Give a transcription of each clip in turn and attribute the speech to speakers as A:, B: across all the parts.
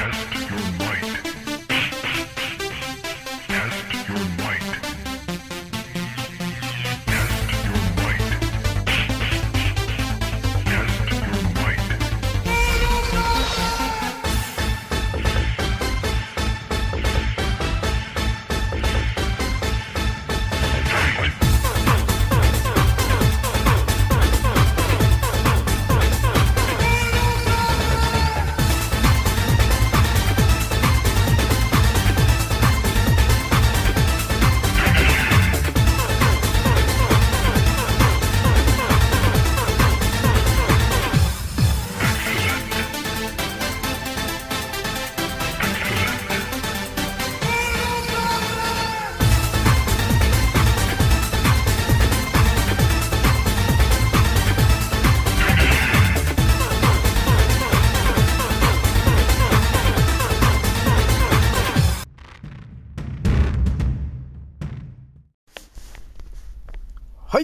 A: はい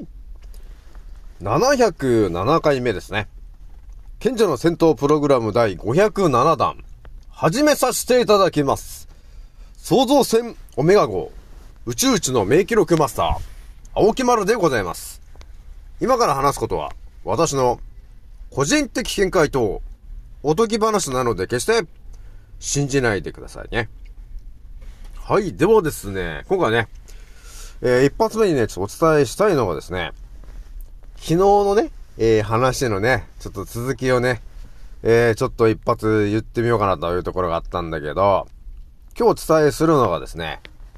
A: 。707回目ですね。賢者の戦闘プログラム第507弾。始めさせていただきます。創造船オメガ号宇宙一の名記録マスター、青木丸でございます。今から話すことは、私の個人的見解とおとぎ話なので決して信じないでくださいね。はい。ではですね、今回ね、一発目にね、ちょっとお伝えしたいのがですね、昨日のね、話のね、ちょっと続きをね、ちょっと一発言ってみようかなというところがあったんだけど、今日お伝えするのがですね、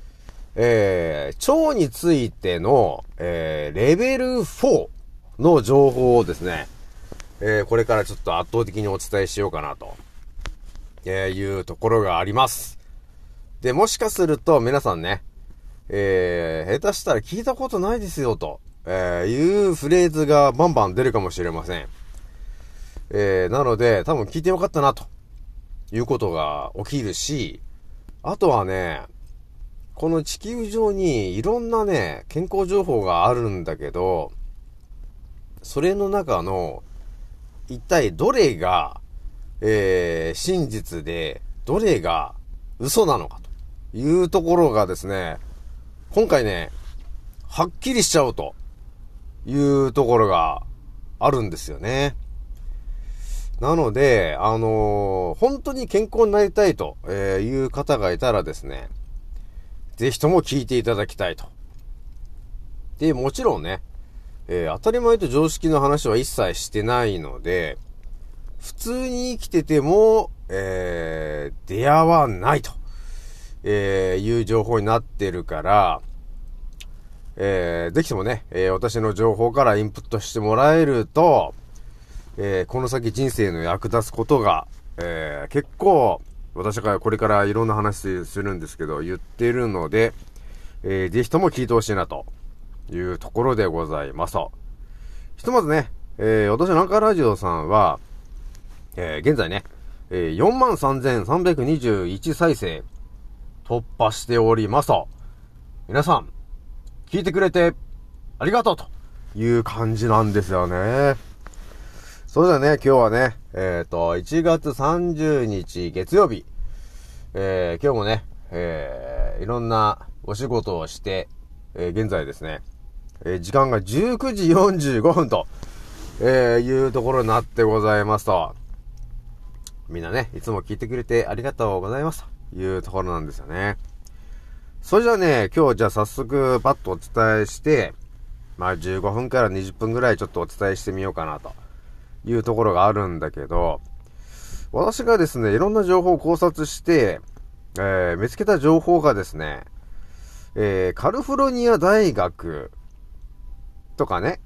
A: 腸についての、レベル4の情報をですね、これからちょっと圧倒的にお伝えしようかなと、いうところがあります。で、もしかすると皆さんね、下手したら聞いたことないですよと、いうフレーズがバンバン出るかもしれません。なので多分聞いてよかったなということが起きるし、あとはね、この地球上にいろんなね、健康情報があるんだけど、それの中の一体どれが、真実でどれが嘘なのかというところがですね、今回ね、はっきりしちゃうというところがあるんですよね。なので、本当に健康になりたいという方がいたらですね、ぜひとも聞いていただきたいと。で、もちろんね、当たり前と常識の話は一切してないので、普通に生きてても、出会わないと。いう情報になってるから、ぜひともね、私の情報からインプットしてもらえると、この先人生の役立つことが、結構私がこれからいろんな話するんですけど言ってるので、ぜひとも聞いてほしいなというところでございます。ひとまずね、私のアンカーラジオさんは、現在ね、43,321 再生突破しておりますと。皆さん、聞いてくれてありがとうという感じなんですよね。それではね、今日はね、1月30日月曜日、今日もね、いろんなお仕事をして、現在ですね、時間が19時45分と、いうところになってございますと。みんなね、いつも聞いてくれてありがとうございますというところなんですよね。それじゃあね、今日じゃあ早速パッとお伝えして、まあ15分から20分ぐらいちょっとお伝えしてみようかなというところがあるんだけど、私がですね、いろんな情報を考察して、見つけた情報がですね、カリフォルニア大学とかね、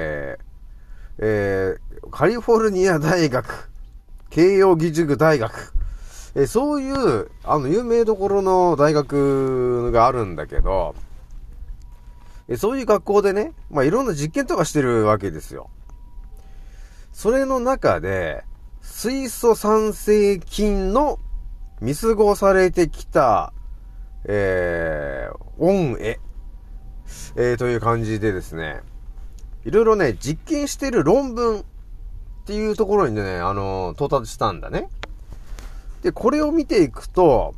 A: カリフォルニア大学、慶応義塾大学、そういう、有名どころの大学があるんだけど、そういう学校でね、まあ、いろんな実験とかしてるわけですよ。それの中で、水素酸性菌の見過ごされてきた、恩恵、という感じでですね、いろいろね、実験してる論文っていうところにね、到達したんだね。 で、これを見ていくと、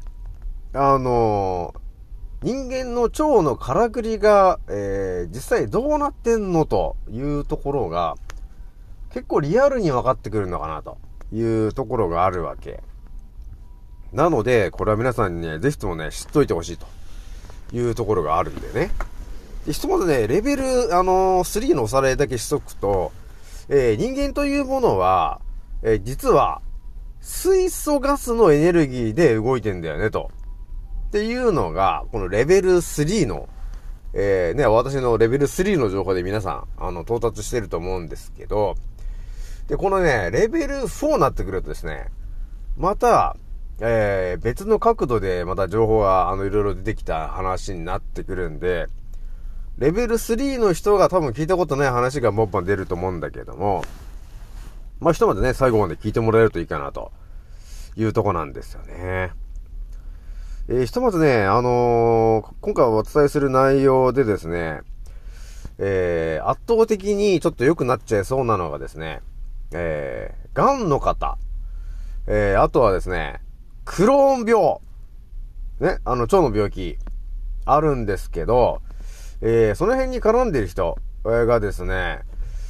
A: 人間の腸のからくりが、実際どうなってんのというところが、結構リアルに分かってくるのかなというところがあるわけ。なので、これは皆さんにね、ぜひともね、知っといてほしいというところがあるんでね。で、ひとまずね、レベル、3のおさらいだけしとくと、人間というものは、実は、水素ガスのエネルギーで動いてんだよね、と。っていうのが、このレベル3の、私のレベル3の情報で皆さん、到達してると思うんですけど、で、このね、レベル4になってくるとですね、また、別の角度でまた情報が、いろいろ出てきた話になってくるんで、レベル3の人が多分聞いたことない話がもっぱん出ると思うんだけども、まあ、ひとまずね、最後まで聞いてもらえるといいかなというとこなんですよね。ひとまずね、今回お伝えする内容でですね、圧倒的にちょっと良くなっちゃいそうなのがですね、癌の方、あとはですね、クローン病、ね、腸の病気、あるんですけど、その辺に絡んでいる人がですね、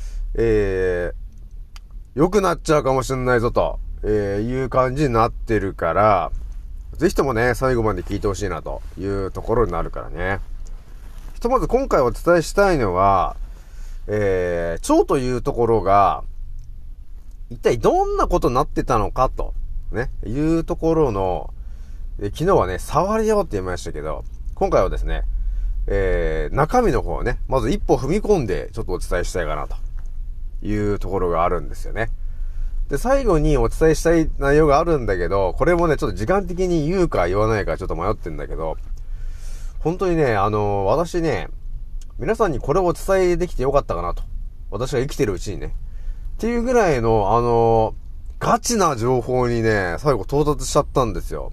A: 良くなっちゃうかもしれないぞと、いう感じになってるから、ぜひともね、最後まで聞いてほしいなというところになるからね。ひとまず今回お伝えしたいのは、腸というところが、一体どんなことになってたのかと、ね、いうところの、昨日はね、触りようって言いましたけど、今回はですね、中身の方をね、まず一歩踏み込んでちょっとお伝えしたいかなというところがあるんですよね。で、最後にお伝えしたい内容があるんだけど、これもね、ちょっと時間的に言うか言わないかちょっと迷ってんだけど、本当にね、私ね、皆さんにこれをお伝えできてよかったかなと。私が生きてるうちにね。っていうぐらいの、ガチな情報にね、最後到達しちゃったんですよ。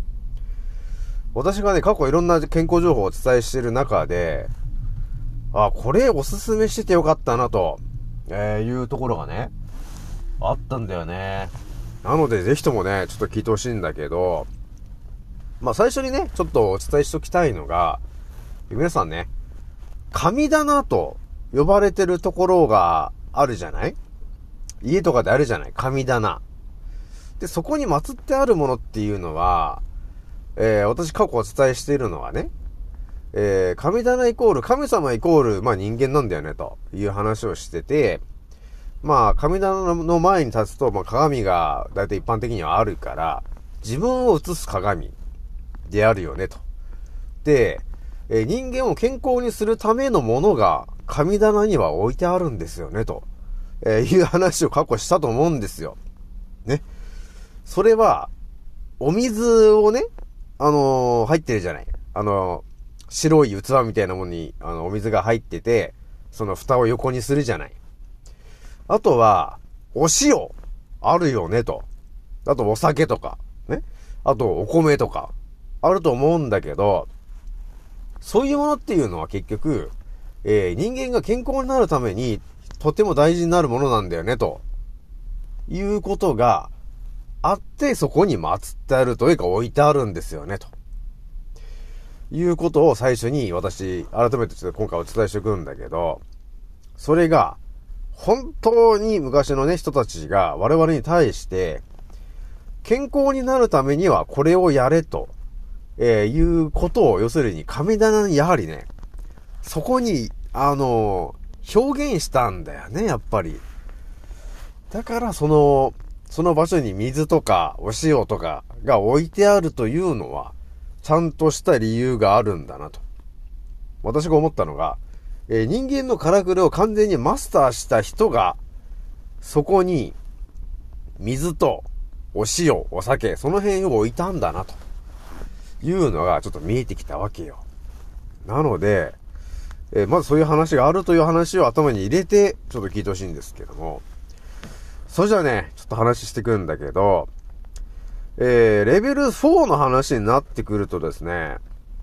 A: 私がね、過去いろんな健康情報をお伝えしている中で、これおすすめしててよかったなと、いうところがね、あったんだよね。なので、ぜひともね、ちょっと聞いてほしいんだけど、まあ、最初にね、ちょっとお伝えしときたいのが、皆さんね、神棚と呼ばれてるところがあるじゃない？家とかであるじゃない？神棚。で、そこに祀ってあるものっていうのは、私過去お伝えしているのはね、神棚イコール、神様イコール、まあ人間なんだよね、という話をしてて、まあ、神棚の前に立つと、まあ鏡がだいたい一般的にはあるから、自分を映す鏡であるよね、と。で、人間を健康にするためのものが神棚には置いてあるんですよね、と、いう話を過去したと思うんですよ。ね。それは、お水をね、入ってるじゃない。白い器みたいなものに、お水が入ってて、その蓋を横にするじゃない。あとは、お塩、あるよね、と。あと、お酒とか、ね。あと、お米とか、あると思うんだけど、そういうものっていうのは結局、人間が健康になるために、とても大事になるものなんだよね、と。いうことが、あって、そこに祀ってあるというか置いてあるんですよね、と。いうことを最初に私、改めてちょっと今回お伝えしておくんだけど、それが、本当に昔のね、人たちが我々に対して、健康になるためにはこれをやれと、いうことを、要するに神棚にやはりね、そこに、表現したんだよね、やっぱり。だからその場所に水とかお塩とかが置いてあるというのは、ちゃんとした理由があるんだなと。私が思ったのが、人間のからくりを完全にマスターした人が、そこに水とお塩、お酒、その辺を置いたんだなというのがちょっと見えてきたわけよ。なので、まずそういう話があるという話を頭に入れて、ちょっと聞いてほしいんですけども、それじゃあね、ちょっと話してくるんだけど、レベル4の話になってくるとですね、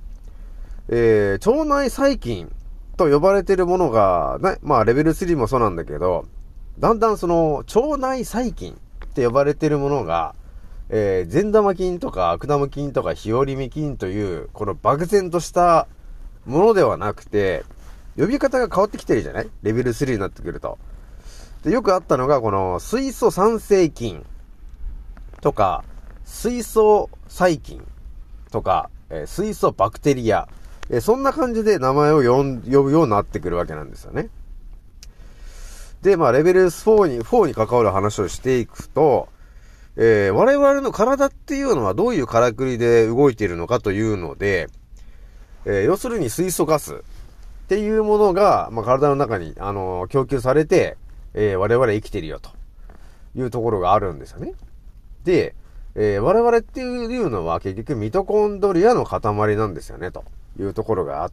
A: 腸内細菌と呼ばれているものが、ね、まあレベル3もそうなんだけど、だんだんその腸内細菌って呼ばれているものが、 善玉菌とか悪玉菌とか日和見菌という、この漠然としたものではなくて、呼び方が変わってきてるじゃない？レベル3になってくると。で、よくあったのが、この水素酸性菌とか、水素細菌とか、水素バクテリア、そんな感じで名前を呼ぶようになってくるわけなんですよね。で、まあ、レベル4に関わる話をしていくと、我々の体っていうのはどういうからくりで動いているのかというので、要するに水素ガスっていうものが、まあ、体の中に、供給されて、我々生きてるよというところがあるんですよね。で、我々っていうのは結局ミトコンドリアの塊なんですよね、というところがあって、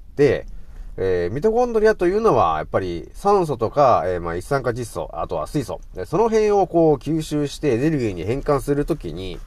A: ミトコンドリアというのはやっぱり酸素とか、まあ、一酸化窒素、あとは水素、その辺をこう吸収してエネルギーに変換するときに、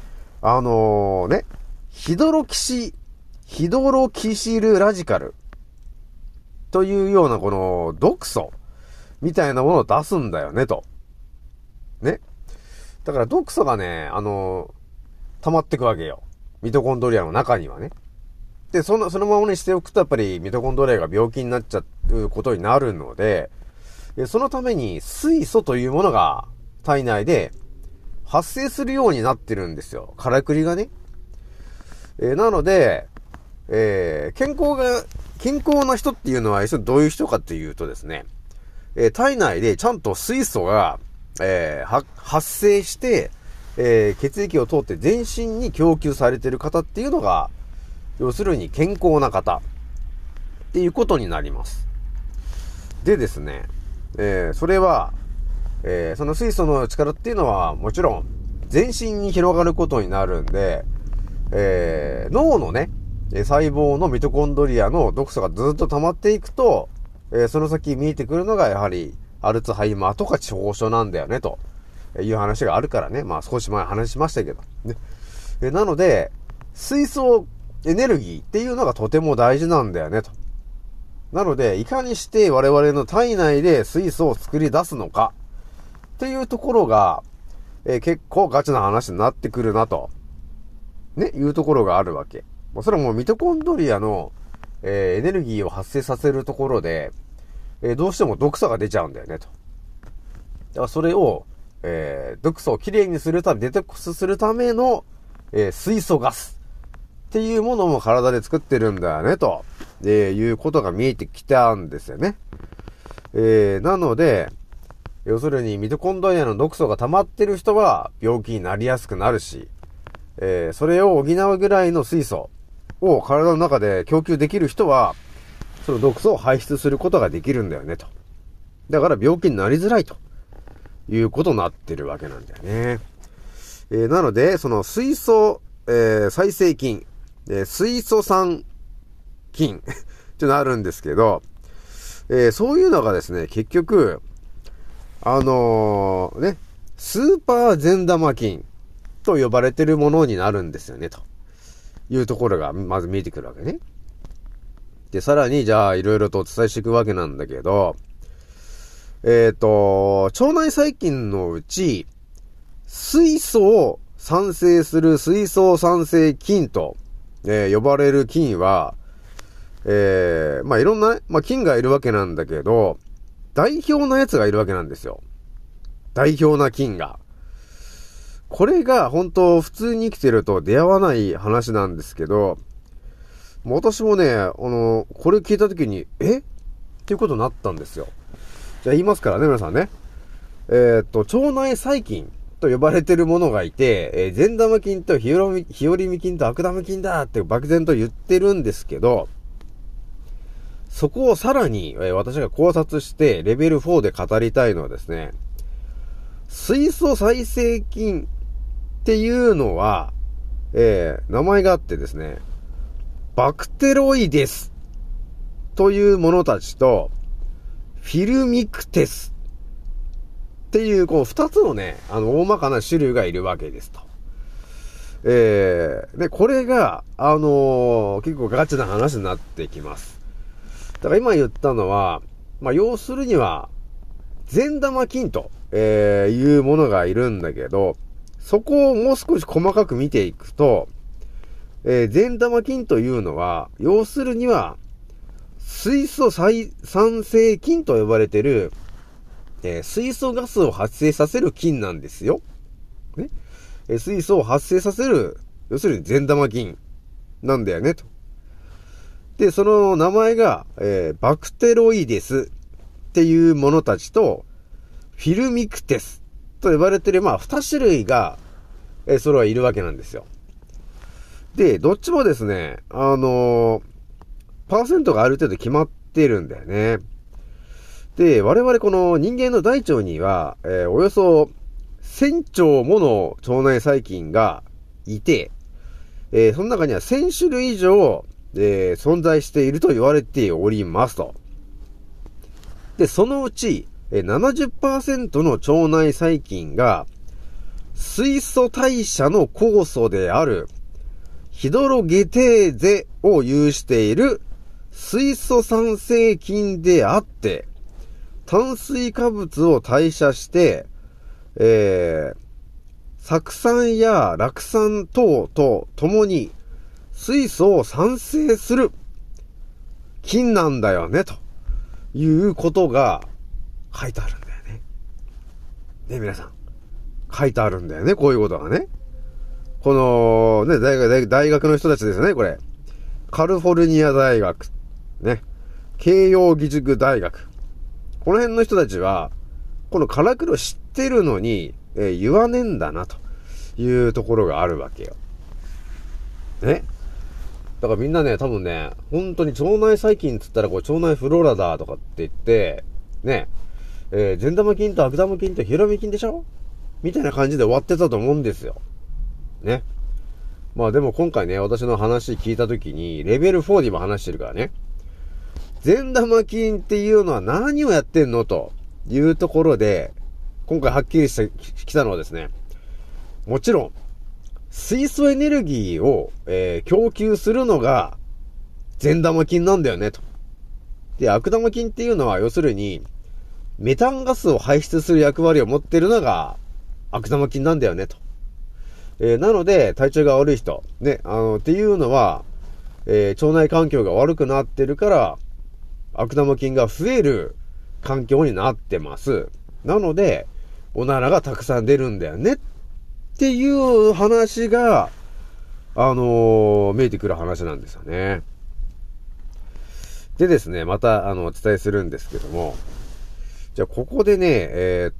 A: ヒドロキシルラジカルというようなこの毒素みたいなものを出すんだよね、と。ね。だから毒素がね、溜まってくわけよ。ミトコンドリアの中にはね。で、そのままにしておくと、やっぱりミトコンドリアが病気になっちゃうことになるので、そのために水素というものが体内で発生するようになってるんですよ。からくりがね。なので、健康な人っていうのは一体どういう人かっていうとですね、体内でちゃんと水素が、発生して、血液を通って全身に供給されている方っていうのが、要するに健康な方っていうことになります。でですね、それは、その水素の力っていうのはもちろん全身に広がることになるんで、脳のね、細胞のミトコンドリアの毒素がずっと溜まっていくと、その先見えてくるのがやはりアルツハイマーとか痴呆症なんだよね、という話があるからね。まあ少し前話しましたけど。ね、なので、水素エネルギーっていうのがとても大事なんだよね、と。なので、いかにして我々の体内で水素を作り出すのかっていうところが、結構ガチな話になってくるな、と。ね、いうところがあるわけ。それはもうミトコンドリアの、エネルギーを発生させるところで、どうしても毒素が出ちゃうんだよね、と。だからそれを、毒素をきれいにするため、デトックスするための、水素ガスっていうものも体で作ってるんだよね、と、いうことが見えてきたんですよね。なので、要するにミトコンドリアの毒素が溜まってる人は病気になりやすくなるし、それを補うぐらいの水素を体の中で供給できる人は、その毒素を排出することができるんだよね、と。だから病気になりづらいということになってるわけなんだよね。なので、その水素、再生菌、水素酸菌ってのあるんですけど、そういうのがですね、結局、スーパー善玉菌と呼ばれてるものになるんですよね、というところがまず見えてくるわけね。で、さらに、じゃあ、いろいろとお伝えしていくわけなんだけど、腸内細菌のうち、水素を産生する水素酸性菌と、呼ばれる菌は、まあ、いろんなね、まあ、菌がいるわけなんだけど、代表なやつがいるわけなんですよ。代表な菌が。これが本当普通に生きてると出会わない話なんですけど、私もね、これ聞いたときに、っていうことになったんですよ。じゃあ言いますからね、皆さんね。腸内細菌と呼ばれてるものがいて、善玉菌と日和見菌と悪玉菌だって漠然と言ってるんですけど、そこをさらに、私が考察してレベル4で語りたいのはですね、水素再生菌っていうのは、名前があってですね、バクテロイデスというものたちと、フィルミクテスっていう、こう、二つのね、大まかな種類がいるわけですと。で、これが、結構ガチな話になってきます。だから今言ったのは、まあ、要するには、善玉菌と、いうものがいるんだけど、 そこをもう少し細かく見ていくと、善玉菌というのは、要するには、水素酸性菌と呼ばれている、水素ガスを発生させる菌なんですよ。ね。水素を発生させる、要するに善玉菌なんだよね、と。で、その名前が、バクテロイデスっていうものたちと、フィルミクテスと呼ばれている、2種類が、それはいるわけなんですよ。で、どっちもですね、パーセントがある程度決まってるんだよね。で、我々この人間の大腸には、およそ1000兆もの腸内細菌がいて、その中には1000種類以上、存在していると言われておりますと。で、そのうち、70% の腸内細菌が、水素代謝の酵素である、ヒドロゲテーゼを有している水素酸性菌であって、炭水化物を代謝して、酢酸や酪酸等と共に水素を産生する菌なんだよね、ということが書いてあるんだよね。ね、皆さん。書いてあるんだよね、こういうことがね。この、ね、大学の人たちですね、これ。カリフォルニア大学、ね。慶応義塾大学。この辺の人たちは、このからくりを知ってるのに、言わねえんだな、というところがあるわけよ。ね。だからみんなね、多分ね、本当に腸内細菌って言ったら、腸内フローラだとかって言って、ね、善玉菌と悪玉菌とヒロミ菌でしょみたいな感じで終わってたと思うんですよ。ね。でも今回ね、私の話聞いたときに、レベル4で今話してるからね。善玉菌っていうのは何をやってんのというところで、今回はっきりしてきたのはですね、もちろん、水素エネルギーを、供給するのが善玉菌なんだよねと。で、悪玉菌っていうのは要するにメタンガスを排出する役割を持っているのが悪玉菌なんだよねと。なので体調が悪い人ね、っていうのは、腸内環境が悪くなってるから悪玉菌が増える環境になってます。なのでおならがたくさん出るんだよねっていう話が、見えてくる話なんですよね。でですね、また、お伝えするんですけども、じゃあ、ここでね、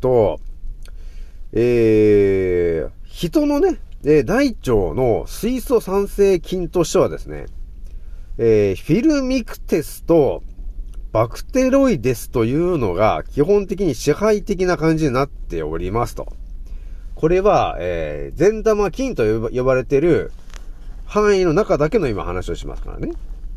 A: 人のね、大腸の水素酸性菌としてはですね、フィルミクテスとバクテロイデスというのが基本的に支配的な感じになっておりますと。これは、善玉菌と呼ばれている範囲の中だけの今話をしますからね。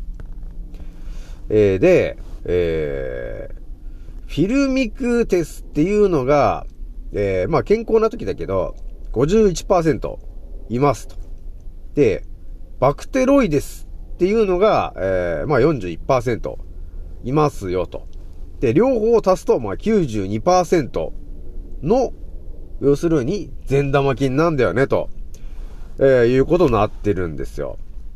A: で、フィルミクテスっていうのが、健康な時だけど、51% いますと。で、バクテロイデスっていうのが、41% いますよと。で、両方足すと、92% の要するに善玉菌なんだよねと、いうことになってるんですよ。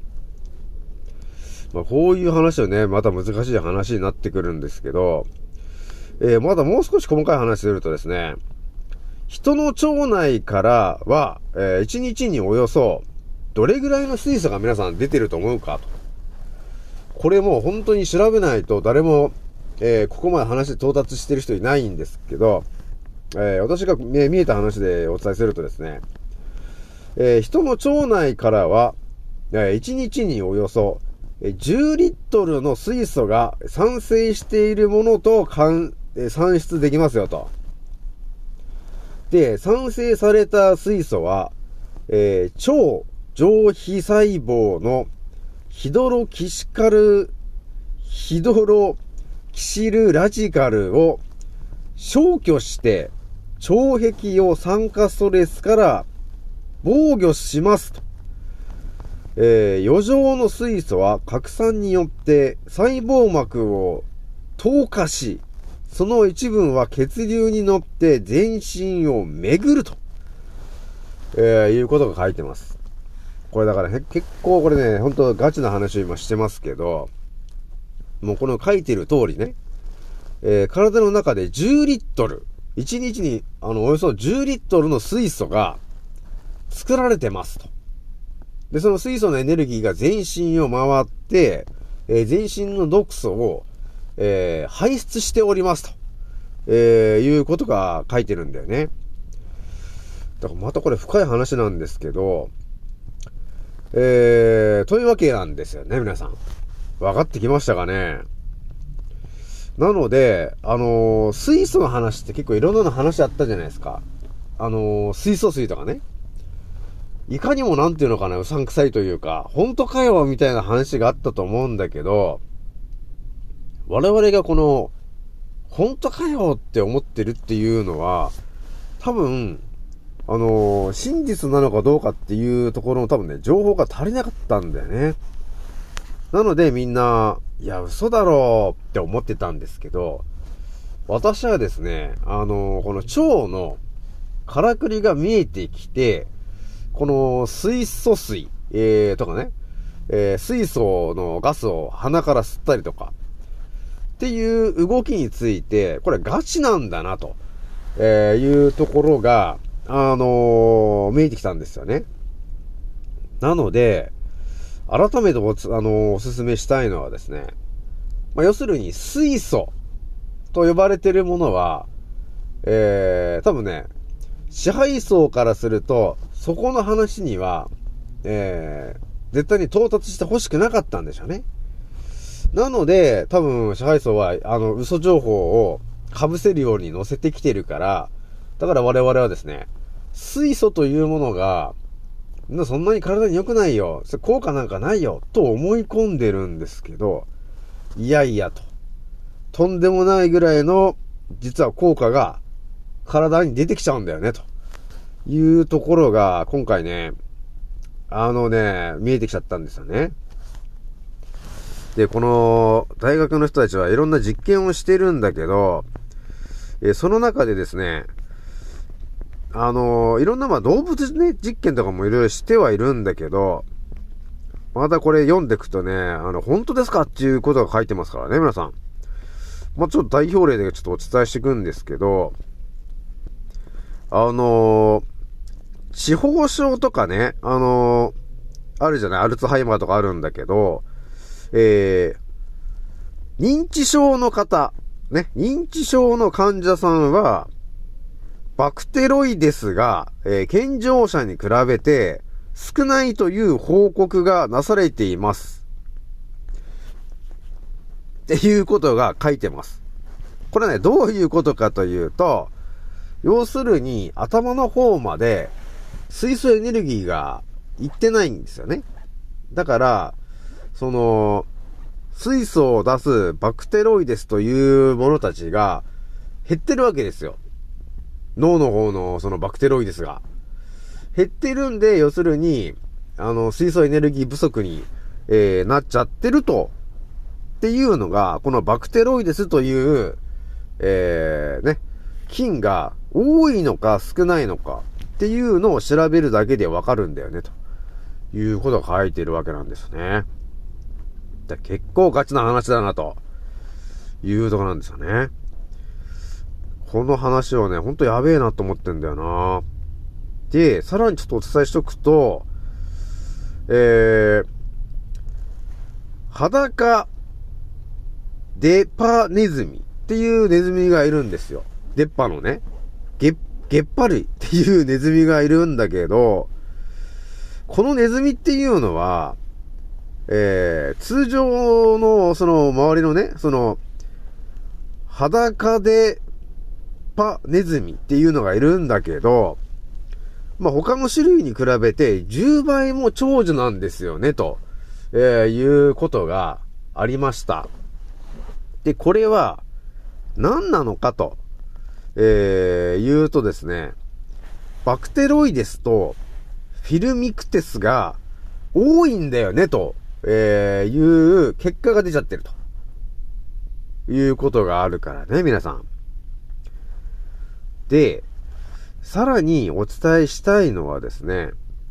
A: こういう話はね、また難しい話になってくるんですけど、まだもう少し細かい話するとですね、人の腸内からは、1日におよそどれぐらいの水素が皆さん出てると思うかと。これもう本当に調べないと誰も、ここまで話到達してる人いないんですけど、私が見えた話でお伝えするとですね、人の腸内からは、1日におよそ10リットルの水素が産生しているものと算出できますよと。で、産生された水素は、腸上皮細胞のヒドロキシルラジカルを消去して腸壁を酸化ストレスから防御しますと。余剰の水素は拡散によって細胞膜を透過し、その一部は血流に乗って全身を巡るということが書いてます。これだから結構これね、本当ガチな話を今してますけど、もうこの書いてる通りね、体の中で10リットル、1日におよそ10リットルの水素が作られてますと。で、その水素のエネルギーが全身を回って、全身の毒素を、排出しておりますと、いうことが書いてるんだよね。だからまたこれ深い話なんですけど、というわけなんですよね、皆さん。分かってきましたかね。なので、水素の話って結構いろんなの話あったじゃないですか。水素水とかね。いかにもなんていうのかな、うさんくさいというか、本当かよみたいな話があったと思うんだけど、我々がこの、本当かよって思ってるっていうのは、多分、真実なのかどうかっていうところの多分ね、情報が足りなかったんだよね。なのでみんな、いや、嘘だろうって思ってたんですけど、私はですね、この腸のからくりが見えてきて、この水素水、とかね、水素のガスを鼻から吸ったりとか、っていう動きについて、これガチなんだな、と、いうところが、見えてきたんですよね。なので、改めておすすめしたいのはですね、要するに水素と呼ばれているものは、多分ね、支配層からすると、そこの話には、絶対に到達してほしくなかったんでしょうね。なので、多分支配層は、嘘情報を被せるように載せてきてるから、だから我々はですね、水素というものが、そんなに体に良くないよ、効果なんかないよ、と思い込んでるんですけど、いやいやと。とんでもないぐらいの、実は効果が体に出てきちゃうんだよね、というところが、今回ね、見えてきちゃったんですよね。で、この、大学の人たちはいろんな実験をしてるんだけど、その中でですね、いろんな動物ね、実験とかもいろいろしてはいるんだけど、またこれ読んでくとね、本当ですかっていうことが書いてますからね、皆さん。ちょっと代表例でちょっとお伝えしていくんですけど、痴呆症とかね、あるじゃない、アルツハイマーとかあるんだけど、認知症の方、ね、認知症の患者さんは、バクテロイデスが、健常者に比べて少ないという報告がなされています。っていうことが書いてます。これね、どういうことかというと、要するに頭の方まで水素エネルギーがいってないんですよね。だから、水素を出すバクテロイデスというものたちが減ってるわけですよ。脳の方のそのバクテロイデスが。減ってるんで、要するに、水素エネルギー不足に、なっちゃってると。っていうのが、このバクテロイデスという、菌が多いのか少ないのかっていうのを調べるだけでわかるんだよね、ということが書いているわけなんですね。結構ガチな話だな、というところなんですよね。この話はね、ほんとやべえなと思ってんだよな。で、さらにちょっとお伝えしとくと、裸デパネズミっていうネズミがいるんですよ。出っ歯のね、ゲッパ類っていうネズミがいるんだけど、このネズミっていうのは、通常のその周りのね、裸でパネズミっていうのがいるんだけど、他の種類に比べて10倍も長寿なんですよね、と、いうことがありました。で、これは何なのかと、言うとですね、バクテロイデスとフィルミクテスが多いんだよね、と、いう結果が出ちゃってるということがあるからね、皆さん。で、 さらにお伝えしたいのはですね、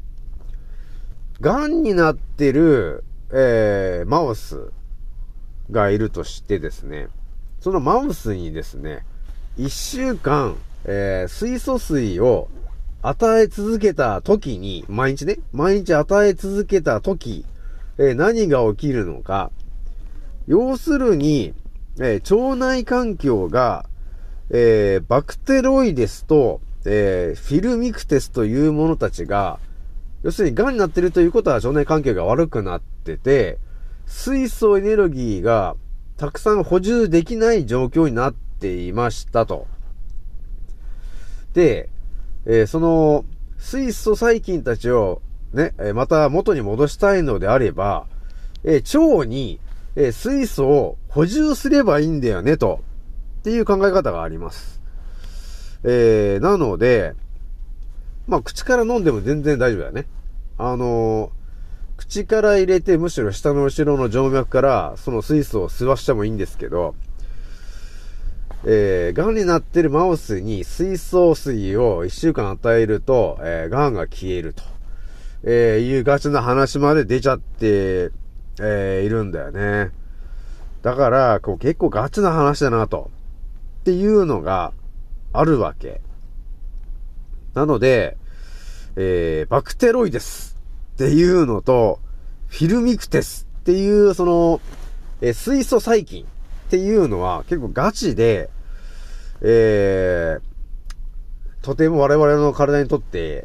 A: 癌になってる、マウスがいるとしてですね、そのマウスにですね、1週間、水素水を与え続けた時に、毎日与え続けた時、何が起きるのか。要するに、腸内環境が、バクテロイデスと、フィルミクテスというものたちが、要するに癌になっているということは腸内環境が悪くなってて、水素エネルギーがたくさん補充できない状況になっていましたと。で、その水素細菌たちをね、また元に戻したいのであれば、腸に、水素を補充すればいいんだよねと、っていう考え方があります。なので、まあ、口から飲んでも全然大丈夫だよね。口から入れて、むしろ下の後ろの静脈からその水素を吸わしてもいいんですけど、癌になってるマウスに水素水を1週間与えると、癌が消えると、いうガチな話まで出ちゃって、いるんだよね。だから、結構ガチな話だなと、っていうのがあるわけ。なので、バクテロイデスっていうのと、フィルミクテスっていう、その、水素細菌っていうのは結構ガチで、とても我々の体にとって、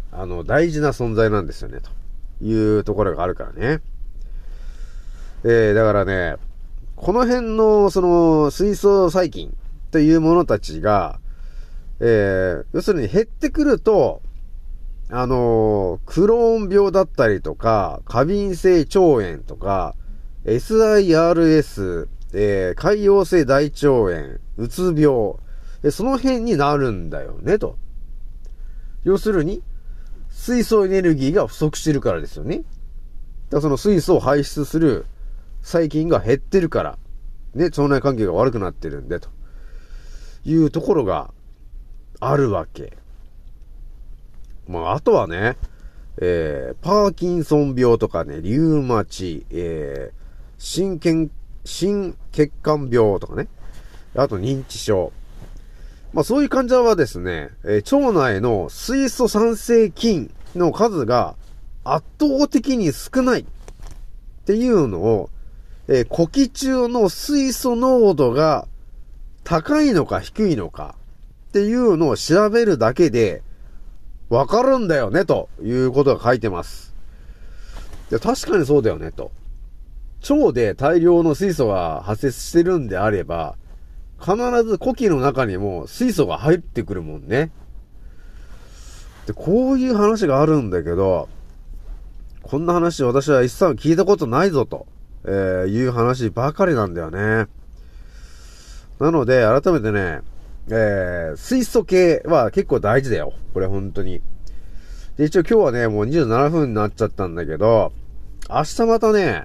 A: 大事な存在なんですよね、というところがあるからね。だからね、この辺の、その、水素細菌というものたちが、要するに減ってくると、クローン病だったりとか、過敏性腸炎とか、SIRS、潰瘍性大腸炎、うつ病、その辺になるんだよね、と。要するに、水素エネルギーが不足してるからですよね。だからその水素を排出する細菌が減ってるから、ね、腸内環境が悪くなってるんで、というところがあるわけ。まあ、あとはね、パーキンソン病とかね、リウマチ、心血管病とかね、あと認知症。まあ、そういう患者はですね、腸内の水素酸性菌の数が圧倒的に少ないっていうのを、呼気中の水素濃度が高いのか低いのかっていうのを調べるだけでわかるんだよね、ということが書いてます。で、確かにそうだよね、と。腸で大量の水素が発生してるんであれば、必ず呼気の中にも水素が入ってくるもんね。で、こういう話があるんだけど、こんな話私は一切聞いたことないぞと、いう話ばかりなんだよね。なので、改めてね、水素系は結構大事だよ。これ本当に。で、一応今日はね、もう27分になっちゃったんだけど、明日またね、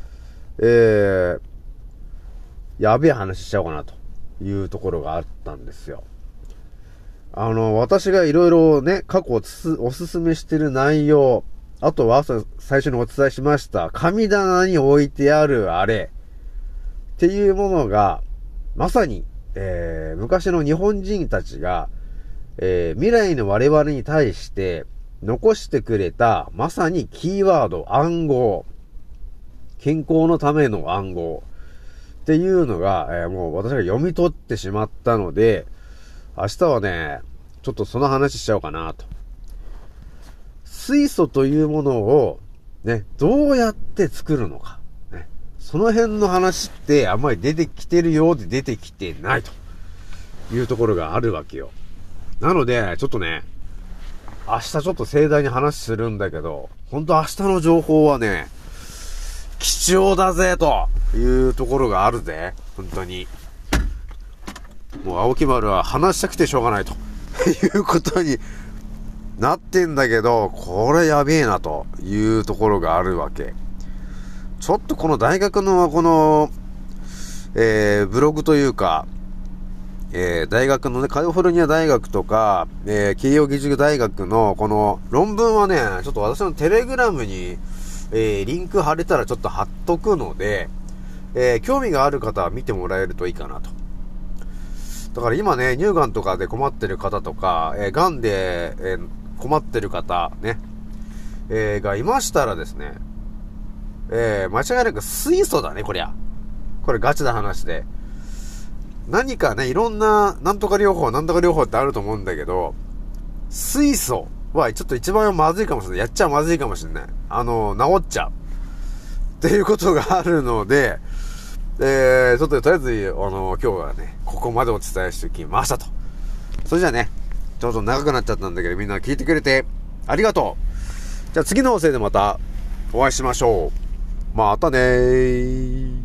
A: やべえ話しちゃおうかなというところがあったんですよ。私がいろいろね、過去おすすめしてる内容、あとは最初にお伝えしました神棚に置いてあるあれっていうものがまさに、昔の日本人たちが、未来の我々に対して残してくれたまさにキーワード、暗号、健康のための暗号っていうのが、もう私が読み取ってしまったので、明日はね、ちょっとその話しちゃおうかなと。水素というものをね、どうやって作るのか、ね、その辺の話ってあんまり出てきてるようで出てきてないというところがあるわけよ。なので、ちょっとね、明日ちょっと盛大に話するんだけど、本当明日の情報はね、貴重だぜというところがあるぜ。本当に。もう青木丸は話したくてしょうがないということになってんだけど、これやべえなというところがあるわけ。ちょっとこの大学のこの、ブログというか、 大学のね、カリフォルニア大学とか、慶応義塾大学のこの論文はね、ちょっと私のテレグラムに、リンク貼れたらちょっと貼っとくので、興味がある方は見てもらえるといいかなと。だから今ね、乳がんとかで困ってる方とか、がんで、困ってる方ね、がいましたらですね、間違いなく水素だね、こりゃ。これガチな話で。何かね、いろんな、なんとか療法ってあると思うんだけど、水素はちょっと一番まずいかもしれない。やっちゃまずいかもしれない。治っちゃう。っていうことがあるので、ちょっととりあえず、今日はね、ここまでお伝えしてきましたと。それじゃあね、ちょっと長くなっちゃったんだけど、みんな聞いてくれてありがとう。じゃあ次の放送でまたお会いしましょう。またねー。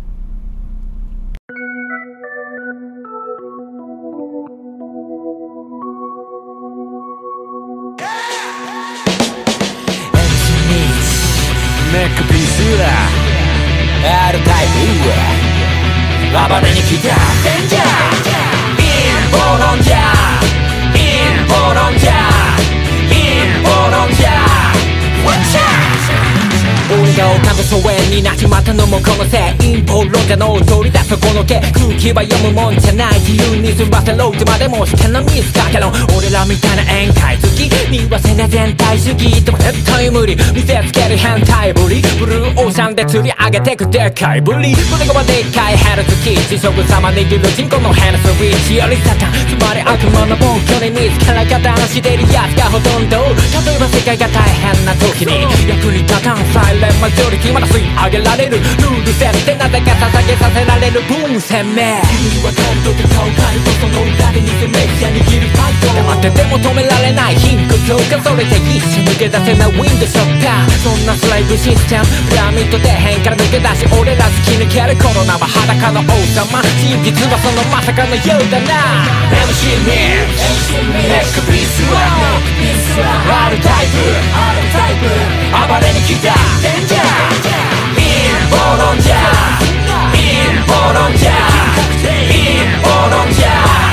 B: ネックピースだ R タイプ暴れに来たデンジャーインボロンジャーインボロンジャーインボロンジャーワッチャー俺が丘の疎遠になっちまったのもこのせい陰謀論者の取り出すこの毛空気は読むもんじゃない自由に済ませろってまでもしてんのミスかけろ俺らみたいな宴会好き見忘れな全体主義でも絶対無理見せつける変態ぶりブルーオーシャンで釣り上げてくでっかいぶり胸がでっかいヘルツキー地食様握る人口のヘルスウィッチよりサタンつまり悪魔の暴挙に自ら加担してるやつがほとんど例えば世界が大変な時に役に立たんサイレンマジョリティまだ吸い上げられるルール設定なぜか捧げさせられるブーム鮮明君にわかるとて顔変えるとその裏で偽メディア握るファイト黙ってても止められない貧困強化それで一瞬抜け出せないウィンドショッターそんなスライブシステムピラミッド底辺から抜け出し俺ら突き抜けるコロナは裸の王様真実はそのまさかのようだな MC ミックスネックピースは R タイプ暴れに来たデンジャーインボロンジャーインボロンジャーインボロンジャー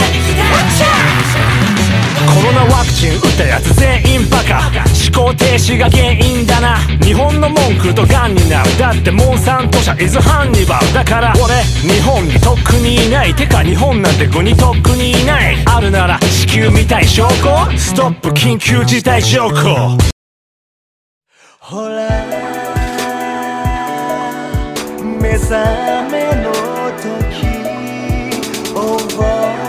B: コロナワクチン打ったやつ全員バカ思考停止が原因だな日本の文句とガンになるだってモンサント社イズハンニバルだから俺日本にとっくにいないてか日本なんて国とっくにいないあるなら地球みたい証拠ストップ緊急事態証拠ほら目覚めの時 Over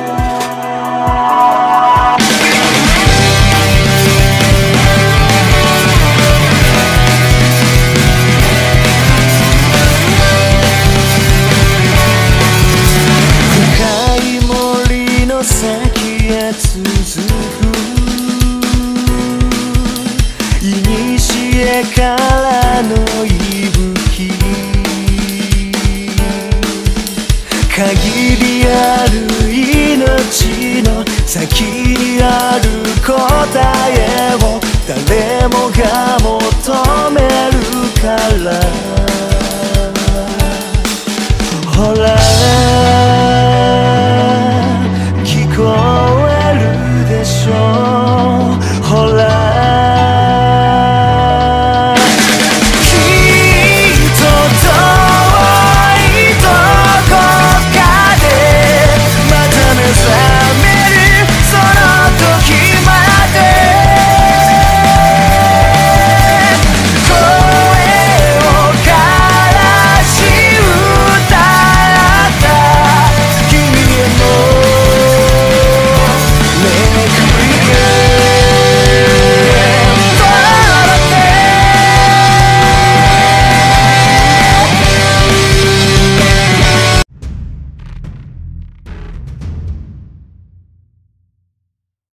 B: 先へ続く古からの息吹限りある命の先にある答えを誰もが求めるからほら聞こえ